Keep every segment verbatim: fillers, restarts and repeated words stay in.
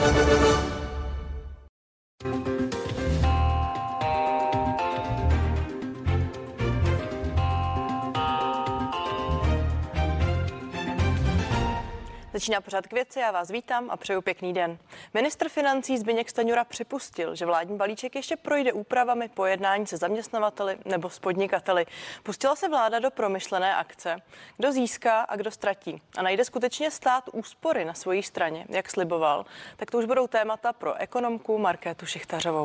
Začíná pořád k věci, já vás vítám a přeju pěkný den. Ministr financí Zbyněk Stanjura připustil, že vládní balíček ještě projde úpravami po jednání se zaměstnavateli nebo s podnikateli. Pustila se vláda do promyšlené akce. Kdo získá a kdo ztratí? A najde skutečně stát úspory na své straně, jak sliboval? Tak to už budou témata pro ekonomku Markétu Šichtařovou.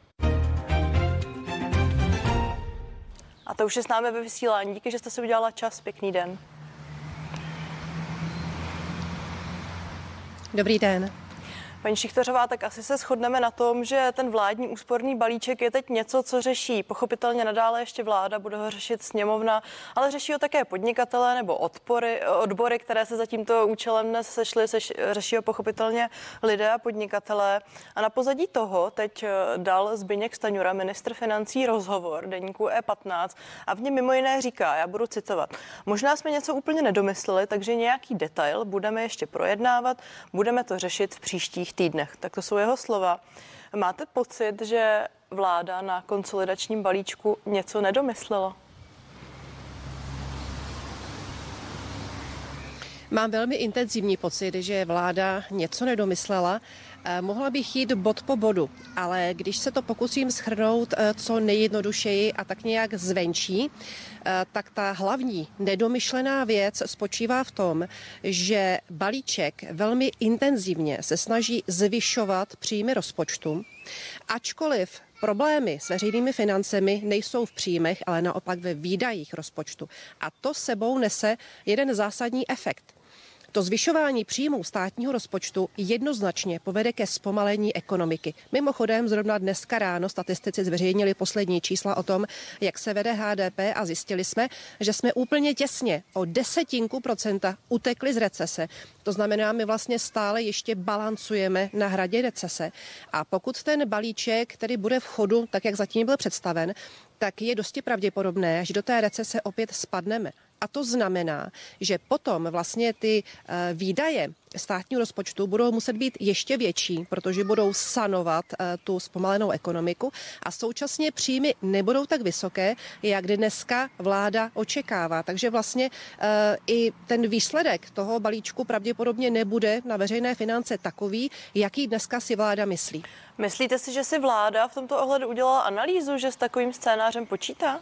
A to už je s námi ve vysílání. Díky, že jste si udělala čas. Pěkný den. Dobrý den. Paní Šichtařová, tak asi se shodneme na tom, že ten vládní úsporný balíček je teď něco, co řeší. Pochopitelně nadále ještě vláda, bude ho řešit sněmovna, ale řeší ho také podnikatelé nebo odpory, odbory, které se za tímto účelem dnes sešly, seš, řeší ho pochopitelně lidé a podnikatelé. A na pozadí toho teď dal Zbyněk Stanjura, ministr financí, rozhovor deníku E patnáct a v něm mimo jiné říká, já budu citovat, možná jsme něco úplně nedomysleli, takže nějaký detail budeme ještě projednávat, budeme to řešit v příštích týdnech. Tak to jsou jeho slova. Máte pocit, že vláda na konsolidačním balíčku něco nedomyslela? Mám velmi intenzivní pocit, že vláda něco nedomyslela. Mohla bych jít bod po bodu, ale když se to pokusím shrnout co nejjednodušeji a tak nějak zvenčí, tak ta hlavní nedomyšlená věc spočívá v tom, že balíček velmi intenzivně se snaží zvyšovat příjmy rozpočtu, ačkoliv problémy s veřejnými financemi nejsou v příjmech, ale naopak ve výdajích rozpočtu. A to sebou nese jeden zásadní efekt. To zvyšování příjmů státního rozpočtu jednoznačně povede ke zpomalení ekonomiky. Mimochodem zrovna dneska ráno statistici zveřejnili poslední čísla o tom, jak se vede H D P a zjistili jsme, že jsme úplně těsně o desetinku procenta utekli z recese. To znamená, my vlastně stále ještě balancujeme na hradě recese. A pokud ten balíček, který bude v chodu, tak jak zatím byl představen, tak je dosti pravděpodobné, že do té recese opět spadneme. A to znamená, že potom vlastně ty uh, výdaje státního rozpočtu budou muset být ještě větší, protože budou sanovat uh, tu zpomalenou ekonomiku a současně příjmy nebudou tak vysoké, jak dneska vláda očekává. Takže vlastně uh, i ten výsledek toho balíčku pravděpodobně nebude na veřejné finance takový, jaký dneska si vláda myslí. Myslíte si, že si vláda v tomto ohledu udělala analýzu, že s takovým scénářem počítá?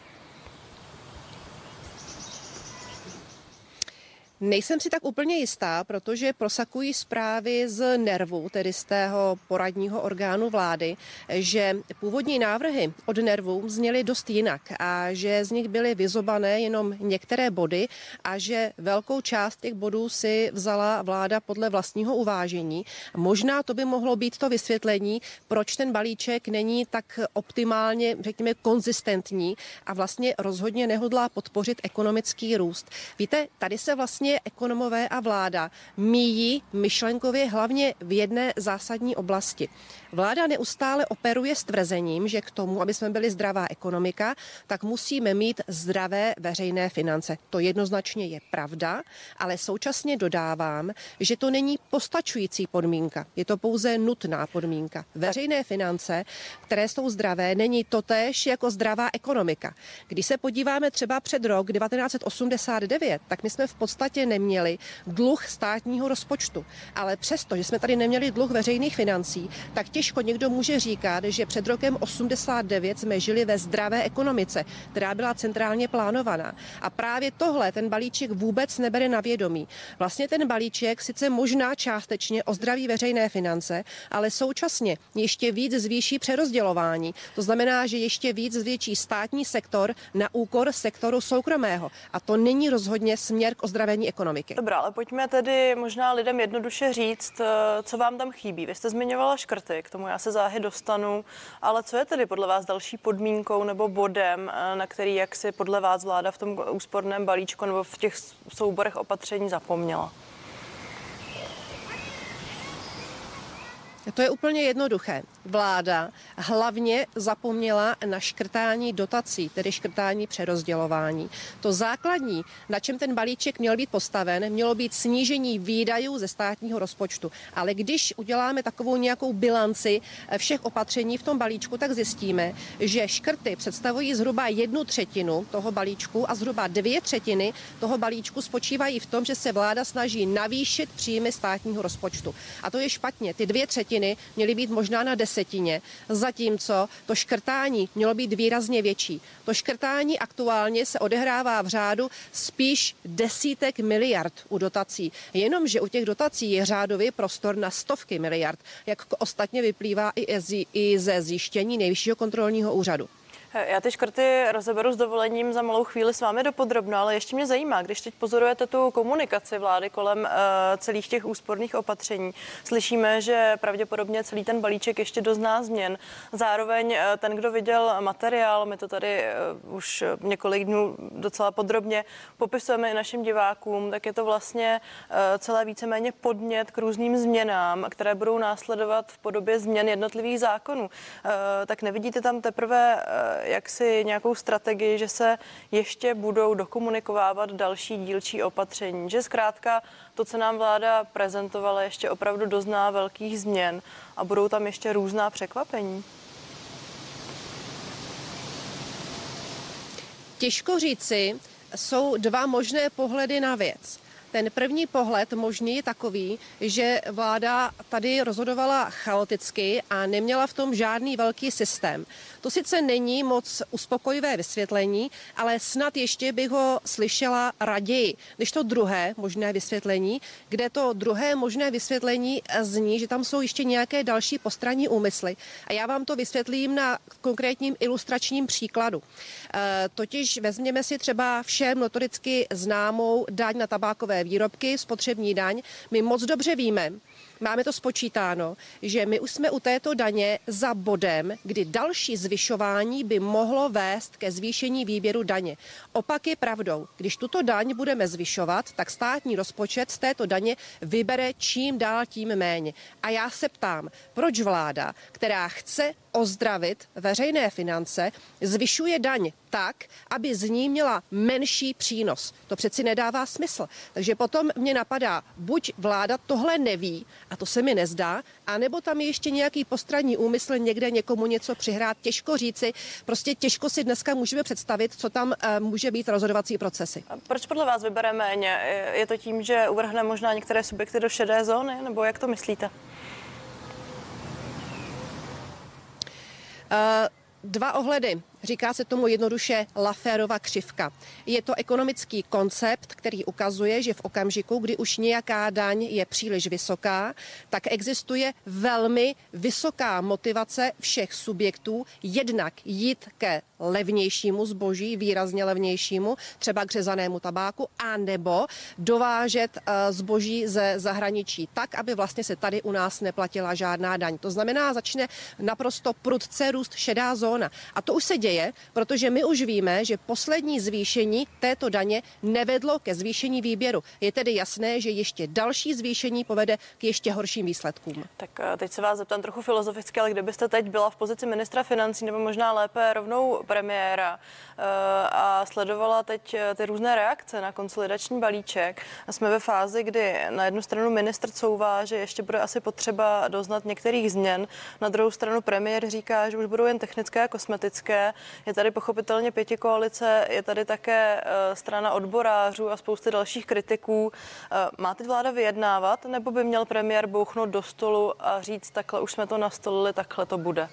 Nejsem si tak úplně jistá, protože prosakují zprávy z NERVu, tedy z tého poradního orgánu vlády, že původní návrhy od NERVu zněly dost jinak a že z nich byly vyzobané jenom některé body a že velkou část těch bodů si vzala vláda podle vlastního uvážení. Možná to by mohlo být to vysvětlení, proč ten balíček není tak optimálně, řekněme, konzistentní a vlastně rozhodně nehodlá podpořit ekonomický růst. Víte, tady se vlastně ekonomové a vláda míjí myšlenkově hlavně v jedné zásadní oblasti. Vláda neustále operuje s tvrzením, že k tomu, aby jsme byli zdravá ekonomika, tak musíme mít zdravé veřejné finance. To jednoznačně je pravda, ale současně dodávám, že to není postačující podmínka. Je to pouze nutná podmínka. Veřejné finance, které jsou zdravé, není totéž jako zdravá ekonomika. Když se podíváme třeba před rok devatenáct set osmdesát devět, tak my jsme v podstatě neměli dluh státního rozpočtu. Ale přesto, že jsme tady neměli dluh veřejných financí, tak těžko někdo může říkat, že před rokem osmdesát devět jsme žili ve zdravé ekonomice, která byla centrálně plánovaná. A právě tohle ten balíček vůbec nebere na vědomí. Vlastně ten balíček sice možná částečně ozdraví veřejné finance, ale současně ještě víc zvýší přerozdělování. To znamená, že ještě víc zvětší státní sektor na úkor sektoru soukromého. A to není rozhodně směr k ozdravení ekonomiky. Dobrá, ale pojďme tedy možná lidem jednoduše říct, co vám tam chybí. Vy jste zmiňovala škrty, k tomu já se záhy dostanu, ale co je tedy podle vás další podmínkou nebo bodem, na který jak si podle vás vláda v tom úsporném balíčku nebo v těch souborech opatření zapomněla? To je úplně jednoduché. vláda hlavně zapomněla na škrtání dotací, tedy škrtání přerozdělování. To základní, na čem ten balíček měl být postaven, mělo být snížení výdajů ze státního rozpočtu. Ale když uděláme takovou nějakou bilanci všech opatření v tom balíčku, tak zjistíme, že škrty představují zhruba jednu třetinu toho balíčku a zhruba dvě třetiny toho balíčku spočívají v tom, že se vláda snaží navýšit příjmy státního rozpočtu. A to je špatně. Ty dvě třetiny měly být možná na desetině, zatímco to škrtání mělo být výrazně větší. To škrtání aktuálně se odehrává v řádu spíš desítek miliard u dotací. Jenomže u těch dotací je řádově prostor na stovky miliard, jak ostatně vyplývá i ze zjištění Nejvyššího kontrolního úřadu. Já ty škrty rozeberu s dovolením za malou chvíli s vámi dopodrobna, ale ještě mě zajímá, když teď pozorujete tu komunikaci vlády kolem uh, celých těch úsporných opatření. Slyšíme, že pravděpodobně celý ten balíček ještě dozná změn. Zároveň uh, ten, kdo viděl materiál, my to tady uh, už několik dnů docela podrobně popisujeme i našim divákům, tak je to vlastně uh, celé víceméně podnět k různým změnám, které budou následovat v podobě změn jednotlivých zákonů. Uh, tak nevidíte tam teprve uh, jaksi nějakou strategii, že se ještě budou dokomunikovávat další dílčí opatření, že zkrátka to, co nám vláda prezentovala, ještě opravdu dozná velkých změn a budou tam ještě různá překvapení? Těžko říci, jsou dva možné pohledy na věc. Ten první pohled možný je takový, že vláda tady rozhodovala chaoticky a neměla v tom žádný velký systém. To sice není moc uspokojivé vysvětlení, ale snad ještě bych ho slyšela raději, než to druhé možné vysvětlení, kde to druhé možné vysvětlení zní, že tam jsou ještě nějaké další postranní úmysly. A já vám to vysvětlím na konkrétním ilustračním příkladu. E, totiž vezměme si třeba všem notoricky známou daň na tabákové výrobky, spotřební daň. My moc dobře víme, máme to spočítáno, že my už jsme u této daně za bodem, kdy další zvyšování by mohlo vést ke zvýšení výběru daně. Opak je pravdou. Když tuto daň budeme zvyšovat, tak státní rozpočet z této daně vybere čím dál tím méně. A já se ptám, proč vláda, která chce ozdravit veřejné finance, zvyšuje daň tak, aby z ní měla menší přínos. To přeci nedává smysl. Takže potom mě napadá, buď vláda tohle neví, a to se mi nezdá, anebo tam je ještě nějaký postranní úmysl někde někomu něco přihrát. Těžko říci, prostě těžko si dneska můžeme představit, co tam uh, může být rozhodovací procesy. A proč podle vás vybere méně? Je to tím, že uvrhne možná některé subjekty do šedé zóny, nebo jak to myslíte? Uh, dva ohledy. Říká se tomu jednoduše Lafferova křivka. Je to ekonomický koncept, který ukazuje, že v okamžiku, kdy už nějaká daň je příliš vysoká, tak existuje velmi vysoká motivace všech subjektů jednak jít ke levnějšímu zboží, výrazně levnějšímu, třeba k řezanému tabáku, anebo dovážet zboží ze zahraničí tak, aby vlastně se tady u nás neplatila žádná daň. To znamená, začne naprosto prudce růst šedá zóna. A to už se děje, protože my už víme, že poslední zvýšení této daně nevedlo ke zvýšení výběru. Je tedy jasné, že ještě další zvýšení povede k ještě horším výsledkům. Tak teď se vás zeptám trochu filozoficky, ale kdybyste teď byla v pozici ministra financí nebo možná lépe rovnou premiéra a sledovala teď ty různé reakce na konsolidační balíček, jsme ve fázi, kdy na jednu stranu ministr couvá, že ještě bude asi potřeba doznat některých změn, na druhou stranu premiér říká, že už budou jen technické a kosmetické. Je tady pochopitelně pětikoalice, je tady také strana odborářů a spousty dalších kritiků. Má teď vláda vyjednávat, nebo by měl premiér bouchnout do stolu a říct, takhle už jsme to nastolili, takhle to bude?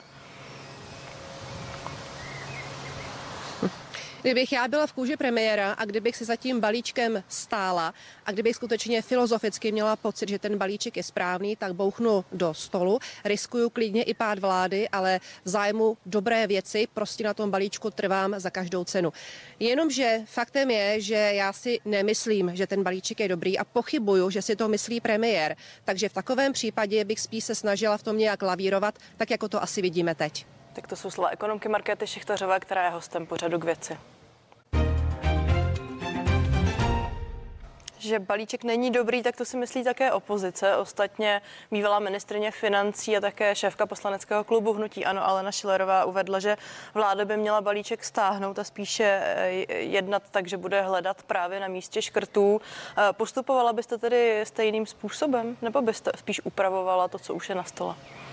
Kdybych já byla v kůži premiéra a kdybych si za tím balíčkem stála a kdybych skutečně filozoficky měla pocit, že ten balíček je správný, tak bouchnu do stolu, riskuju klidně i pád vlády, ale v zájmu dobré věci prostě na tom balíčku trvám za každou cenu. Jenomže faktem je, že já si nemyslím, že ten balíček je dobrý a pochybuju, že si to myslí premiér. Takže v takovém případě bych spíš se snažila v tom nějak lavírovat, tak jako to asi vidíme teď. Tak to jsou slova ekonomky Markéty Šichtařové, která je hostem pořadu K věci. Že balíček není dobrý, tak to si myslí také opozice. Ostatně bývalá ministryně financí a také šéfka poslaneckého klubu Hnutí ANO Alena Schillerová uvedla, že vláda by měla balíček stáhnout a spíše jednat tak, že bude hledat právě na místě škrtů. Postupovala byste tedy stejným způsobem, nebo byste spíš upravovala to, co už je na stole?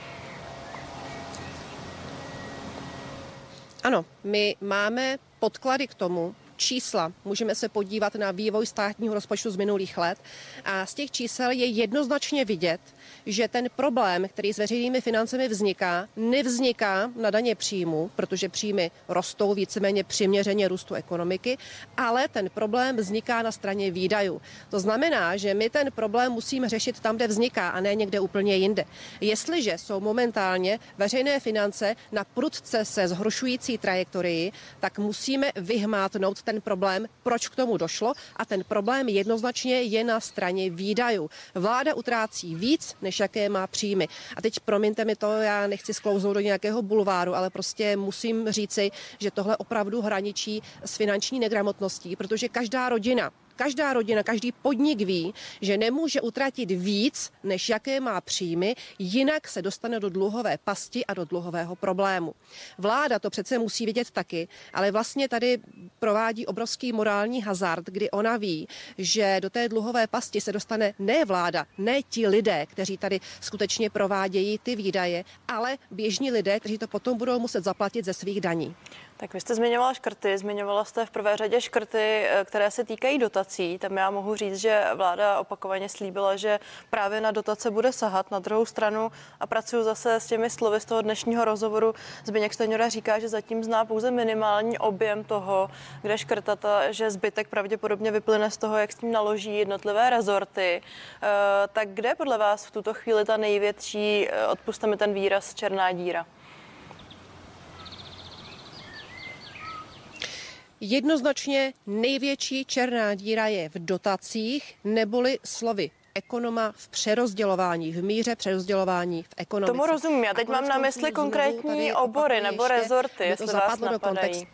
Ano, my máme podklady k tomu, čísla. Můžeme se podívat na vývoj státního rozpočtu z minulých let a z těch čísel je jednoznačně vidět, že ten problém, který s veřejnými financemi vzniká, nevzniká na daně příjmu, protože příjmy rostou víceméně přiměřeně růstu ekonomiky, ale ten problém vzniká na straně výdajů. To znamená, že my ten problém musíme řešit tam, kde vzniká, a ne někde úplně jinde. Jestliže jsou momentálně veřejné finance na prudce se zhoršující trajektorii, tak musíme vyhmátnout ten problém, proč k tomu došlo, a ten problém jednoznačně je na straně výdajů. Vláda utrácí víc, než jaké má příjmy. A teď promiňte mi to, já nechci sklouznout do nějakého bulváru, ale prostě musím říci, že tohle opravdu hraničí s finanční negramotností, protože každá rodina Každá rodina, každý podnik ví, že nemůže utratit víc, než jaké má příjmy, jinak se dostane do dluhové pasti a do dluhového problému. Vláda to přece musí vidět taky, ale vlastně tady provádí obrovský morální hazard, kdy ona ví, že do té dluhové pasti se dostane ne vláda, ne ti lidé, kteří tady skutečně provádějí ty výdaje, ale běžní lidé, kteří to potom budou muset zaplatit ze svých daní. Tak vy jste zmiňovala škrty, zmiňovala jste v prvé řadě škrty, které se týkají dotací. Tam já mohu říct, že vláda opakovaně slíbila, že právě na dotace bude sahat. Na druhou stranu, a pracuji zase s těmi slovy z toho dnešního rozhovoru, Zbyněk Stanjura říká, že zatím zná pouze minimální objem toho, kde škrtat, a že zbytek pravděpodobně vyplyne z toho, jak s tím naloží jednotlivé rezorty. Tak kde je podle vás v tuto chvíli ta největší, odpusťte mi ten výraz, černá díra? Jednoznačně největší černá díra je v dotacích, neboli slovy ekonoma v přerozdělování, v míře přerozdělování v ekonomice. Tomu rozumím, já teď mám na mysli konkrétní obory nebo rezorty, jestli vás napadají.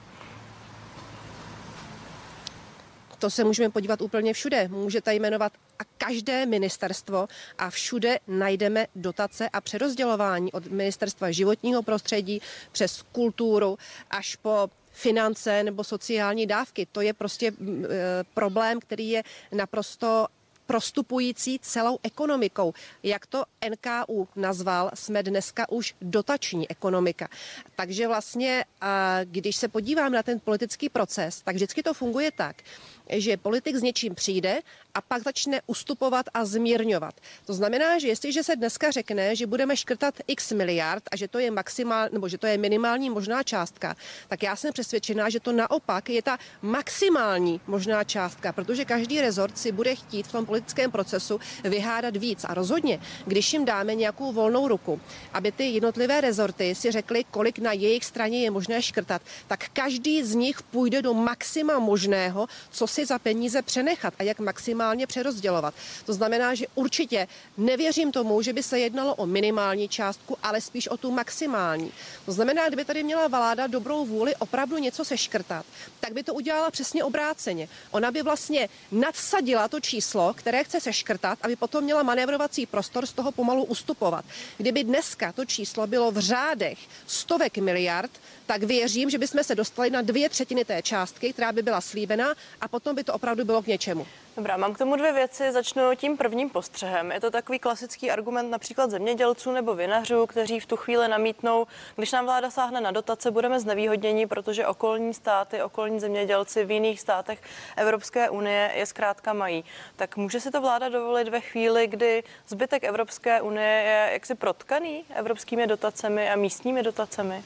To se můžeme podívat úplně všude. Můžete jmenovat a každé ministerstvo a všude najdeme dotace a přerozdělování od ministerstva životního prostředí přes kulturu až po finance nebo sociální dávky. To je prostě e, problém, který je naprosto prostupující celou ekonomikou. Jak to N K U nazval, jsme dneska už dotační ekonomika. Takže vlastně, když se podívám na ten politický proces, tak vždycky to funguje tak, že politik s něčím přijde a pak začne ustupovat a zmírňovat. To znamená, že jestliže se dneska řekne, že budeme škrtat x miliard a že to je maximál, nebo že to je minimální možná částka, tak já jsem přesvědčená, že to naopak je ta maximální možná částka, protože každý rezort si bude chtít v tom politickém procesu vyhádat víc. A rozhodně, když jim dáme nějakou volnou ruku, aby ty jednotlivé rezorty si řekly, kolik na jejich straně je možné škrtat, tak každý z nich půjde do maxima možného, co si za peníze přenechat a jak maximálně přerozdělovat. To znamená, že určitě nevěřím tomu, že by se jednalo o minimální částku, ale spíš o tu maximální. To znamená, kdyby tady měla vláda dobrou vůli opravdu něco seškrtat, tak by to udělala přesně obráceně. Ona by vlastně nadsadila to číslo, které chce seškrtat, aby potom měla manévrovací prostor z toho pomalu ustupovat. Kdyby dneska to číslo bylo v řádech stovek miliard, tak věřím, že bychom se dostali na dvě třetiny té částky, která by byla slíbená, a potom by to opravdu bylo k něčemu. Dobrá, mám k tomu dvě věci. Začnu tím prvním postřehem. Je to takový klasický argument například zemědělců nebo vinařů, kteří v tu chvíli namítnou, když nám vláda sáhne na dotace, budeme znevýhodněni, protože okolní státy, okolní zemědělci v jiných státech Evropské unie je zkrátka mají. Tak může si to vláda dovolit ve chvíli, kdy zbytek Evropské unie je jaksi protkaný evropskými dotacemi a místními dotacemi?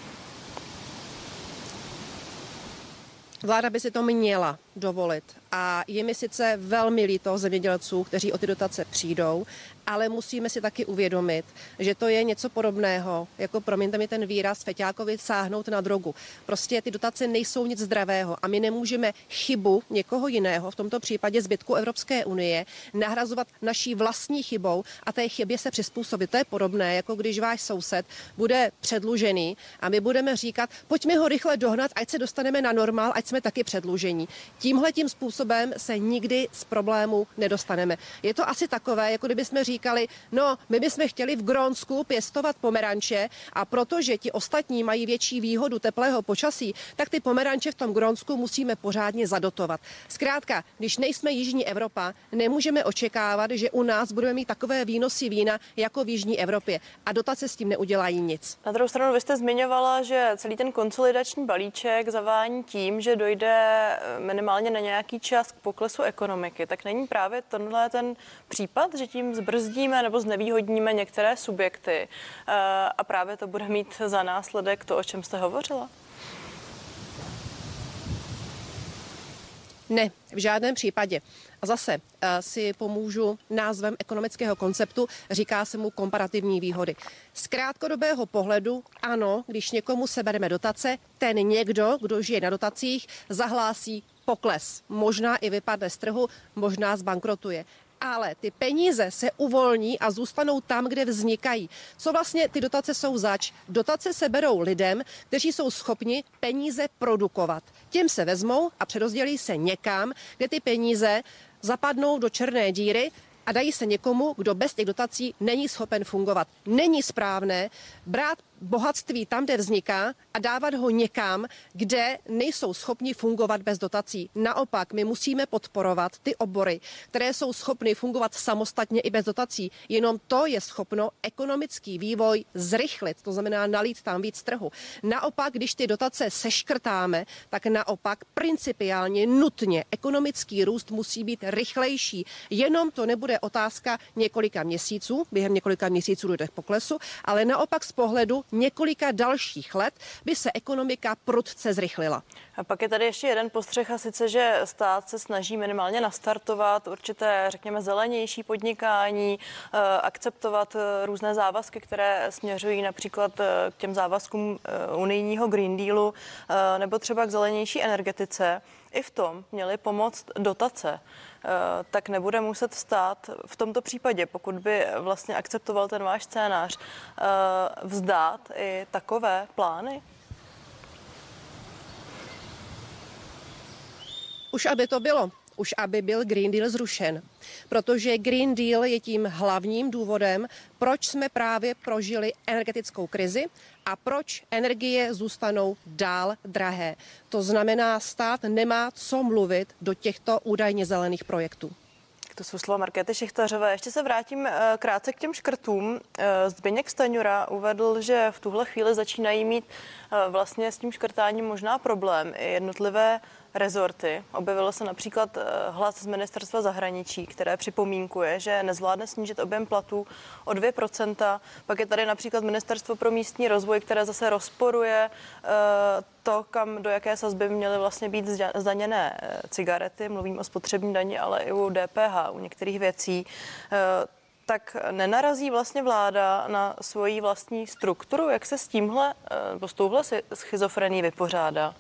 Vláda by si to měla dovolit. A je mi sice velmi líto zemědělců, kteří o ty dotace přijdou, ale musíme si taky uvědomit, že to je něco podobného, jako promiňte mi ten výraz, feťákovi sáhnout na drogu. Prostě ty dotace nejsou nic zdravého a my nemůžeme chybu někoho jiného, v tomto případě zbytku Evropské unie, nahrazovat naší vlastní chybou a té chybě se přizpůsobit. To je podobné, jako když váš soused bude předlužený a my budeme říkat, pojďme ho rychle dohnat, ať se dostaneme na normál, ať jsme taky předlužení. Tím Tímhletím způsobem se nikdy z problému nedostaneme. Je to asi takové, jako kdyby jsme říkali, no, my bychom chtěli v Grónsku pěstovat pomeranče a protože ti ostatní mají větší výhodu teplého počasí, tak ty pomeranče v tom Grónsku musíme pořádně zadotovat. Zkrátka, když nejsme Jižní Evropa, nemůžeme očekávat, že u nás budeme mít takové výnosy vína jako v Jižní Evropě a dotace s tím neudělají nic. Na druhou stranu vy jste zmiňovala, že celý ten konsolidační balíček zavání tím, že dojde minimálně na nějaký čas k poklesu ekonomiky. Tak není právě tenhle ten případ, že tím zbrzdíme nebo znevýhodníme některé subjekty a právě to bude mít za následek to, o čem jste hovořila? Ne, v žádném případě. A zase uh, si pomůžu názvem ekonomického konceptu, říká se mu komparativní výhody. Z krátkodobého pohledu, ano, když někomu sebereme dotace, ten někdo, kdo žije na dotacích, zahlásí pokles. Možná i vypadne z trhu, možná zbankrotuje. Ale ty peníze se uvolní a zůstanou tam, kde vznikají. Co vlastně ty dotace jsou zač? Dotace se berou lidem, kteří jsou schopni peníze produkovat. Těm se vezmou a přerozdělí se někam, kde ty peníze zapadnou do černé díry a dají se někomu, kdo bez těch dotací není schopen fungovat. Není správné brát bohatství tam, kde vzniká a dávat ho někam, kde nejsou schopni fungovat bez dotací. Naopak, my musíme podporovat ty obory, které jsou schopny fungovat samostatně i bez dotací. Jenom to je schopno ekonomický vývoj zrychlit, to znamená nalít tam víc trhu. Naopak, když ty dotace seškrtáme, tak naopak principiálně nutně ekonomický růst musí být rychlejší. Jenom to nebude otázka několika měsíců, během několika měsíců dojde k poklesu, ale naopak z pohledu několika dalších let by se ekonomika prudce zrychlila. A pak je tady ještě jeden postřeh, a sice, že stát se snaží minimálně nastartovat určité, řekněme, zelenější podnikání, akceptovat různé závazky, které směřují například k těm závazkům unijního Green Dealu nebo třeba k zelenější energetice. I v tom měly pomoct dotace. Tak nebude muset stát v tomto případě, pokud by vlastně akceptoval ten váš scénář, vzdát i takové plány? Už aby to bylo. Už aby byl Green Deal zrušen. Protože Green Deal je tím hlavním důvodem, proč jsme právě prožili energetickou krizi a proč energie zůstanou dál drahé. To znamená, stát nemá co mluvit do těchto údajně zelených projektů. To jsou slova Markéty Šichtařové. Ještě se vrátím krátce k těm škrtům. Zbyněk Stanjura uvedl, že v tuhle chvíli začínají mít vlastně s tím škrtáním možná problém i jednotlivé rezorty. Objevil se například hlas z ministerstva zahraničí, které připomínkuje, že nezvládne snížit objem platů o dvě procenta. Pak je tady například ministerstvo pro místní rozvoj, které zase rozporuje to, kam, do jaké sazby měly vlastně být zdaněné cigarety. Mluvím o spotřební dani, ale i u D P H, u některých věcí. Tak nenarazí vlastně vláda na svoji vlastní strukturu? Jak se s tímhle, s touhle schizofrenií vypořádá?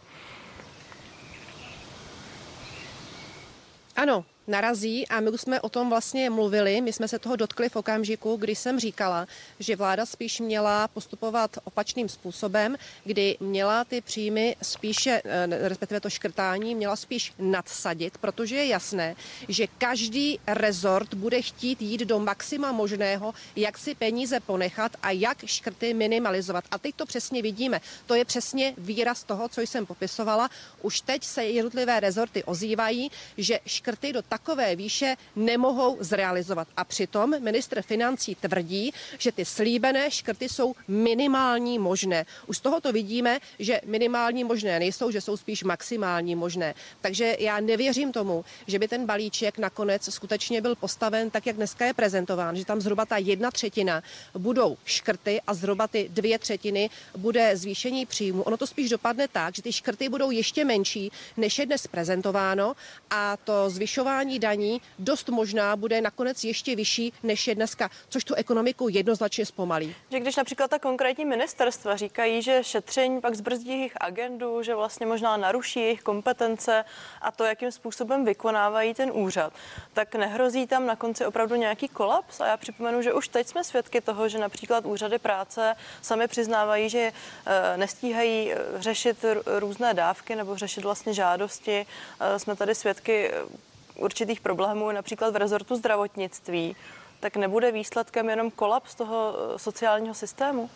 Ano, narazí a my už jsme o tom vlastně mluvili. My jsme se toho dotkli v okamžiku, kdy jsem říkala, že vláda spíš měla postupovat opačným způsobem, kdy měla ty příjmy spíše, respektive to škrtání, měla spíš nadsadit, protože je jasné, že každý rezort bude chtít jít do maxima možného, jak si peníze ponechat a jak škrty minimalizovat. A teď to přesně vidíme. To je přesně výraz toho, co jsem popisovala. Už teď se jednotlivé rezorty ozývají, že škrty do takové výše nemohou zrealizovat. A přitom ministr financí tvrdí, že ty slíbené škrty jsou minimální možné. Už z tohoto vidíme, že minimální možné nejsou, že jsou spíš maximální možné. Takže já nevěřím tomu, že by ten balíček nakonec skutečně byl postaven tak, jak dneska je prezentován, že tam zhruba ta jedna třetina budou škrty a zhruba ty dvě třetiny bude zvýšení příjmu. Ono to spíš dopadne tak, že ty škrty budou ještě menší, než je dnes prezentováno, a to zvyšování zvyšování daní dost možná bude nakonec ještě vyšší, než je dneska, což tu ekonomiku jednoznačně zpomalí. Že když například ta konkrétní ministerstva říkají, že šetření pak zbrzdí jejich agendu, že vlastně možná naruší jejich kompetence a to, jakým způsobem vykonávají ten úřad, tak nehrozí tam na konci opravdu nějaký kolaps? A já připomenu, že už teď jsme svědky toho, že například úřady práce sami přiznávají, že nestíhají řešit různé dávky nebo řešit vlastně žádosti. Jsme tady svědky určitých problémů, například v rezortu zdravotnictví. Tak nebude výsledkem jenom kolaps toho sociálního systému?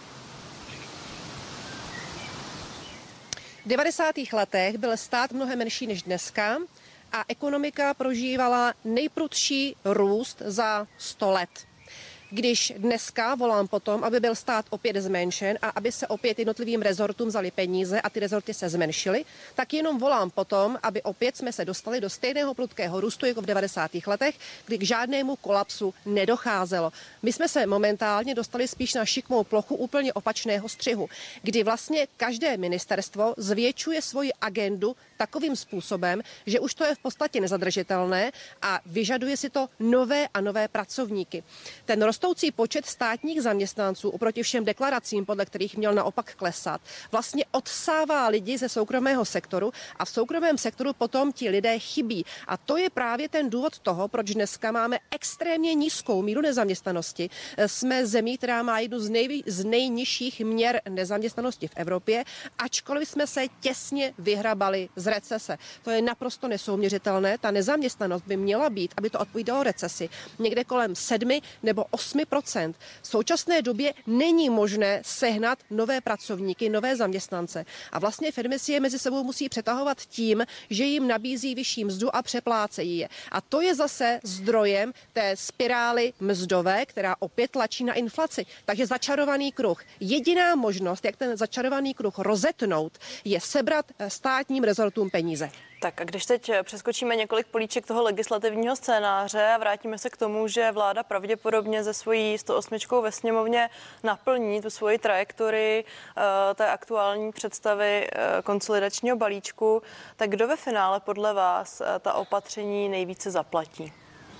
V devadesátých letech byl stát mnohem menší než dneska a ekonomika prožívala nejprudší růst za sto let. Když dneska volám potom, aby byl stát opět zmenšen a aby se opět jednotlivým rezortům vzali peníze a ty rezorty se zmenšily, tak jenom volám potom, aby opět jsme se dostali do stejného prudkého růstu jako v devadesátých letech, kdy k žádnému kolapsu nedocházelo. My jsme se momentálně dostali spíš na šikmou plochu úplně opačného střihu, kdy vlastně každé ministerstvo zvětšuje svoji agendu takovým způsobem, že už to je v podstatě nezadržitelné a vyžaduje si to nové a nové pracovníky. Ten rostoucí počet státních zaměstnanců oproti všem deklaracím, podle kterých měl naopak klesat, vlastně odsává lidi ze soukromého sektoru a v soukromém sektoru potom ti lidé chybí. A to je právě ten důvod toho, proč dneska máme extrémně nízkou míru nezaměstnanosti. Jsme zemí, která má jednu z, nejvý, z nejnižších měr nezaměstnanosti v Evropě, ačkoliv jsme se těsně vyhrabali z recese. To je naprosto nesouměřitelné. Ta nezaměstnanost by měla být, aby to odpovídalo recesi, někde kolem sedmi nebo osmi procent. V současné době není možné sehnat nové pracovníky, nové zaměstnance. A vlastně firmy si je mezi sebou musí přetahovat tím, že jim nabízí vyšší mzdu a přeplácejí je. A to je zase zdrojem té spirály mzdové, která opět tlačí na inflaci. Takže začarovaný kruh. Jediná možnost, jak ten začarovaný kruh rozetnout, je sebrat státním rezortům peníze. Tak a když teď přeskočíme několik políček toho legislativního scénáře a vrátíme se k tomu, že vláda pravděpodobně ze svojí sto osm ve sněmovně naplní tu svoji trajektorii té aktuální představy konsolidačního balíčku, tak kdo ve finále podle vás ta opatření nejvíce zaplatí?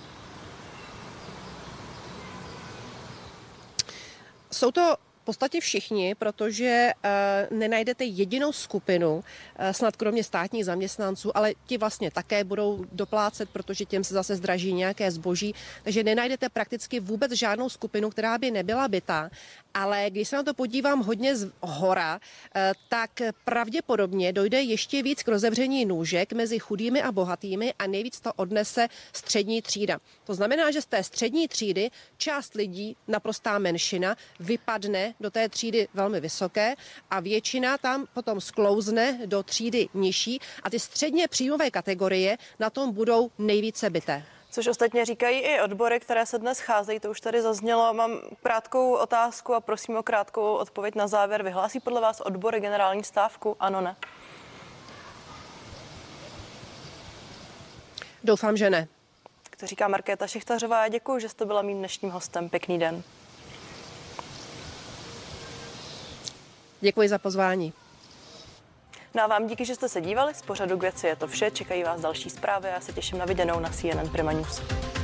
Jsou to v podstatě všichni, protože uh, nenajdete jedinou skupinu, uh, snad kromě státních zaměstnanců, ale ti vlastně také budou doplácet, protože těm se zase zdraží nějaké zboží, takže nenajdete prakticky vůbec žádnou skupinu, která by nebyla bitá. Ale když se na to podívám hodně z hora, uh, tak pravděpodobně dojde ještě víc k rozevření nůžek mezi chudými a bohatými a nejvíc to odnese střední třída. To znamená, že z té střední třídy část lidí, naprostá menšina, vypadne do té třídy velmi vysoké a většina tam potom sklouzne do třídy nižší a ty středně příjmové kategorie na tom budou nejvíce bité. Což ostatně říkají i odbory, které se dnes scházejí, to už tady zaznělo. Mám krátkou otázku a prosím o krátkou odpověď na závěr. Vyhlásí podle vás odbory generální stávku? Ano, ne? Doufám, že ne. To říká Markéta Šichtařová. Děkuji, že jste byla mým dnešním hostem. Pěkný den. Děkuji za pozvání. No a vám díky, že jste se dívali. Z pořadu K věci je to vše. Čekají vás další zprávy a já se těším na viděnou na C N N Prima News.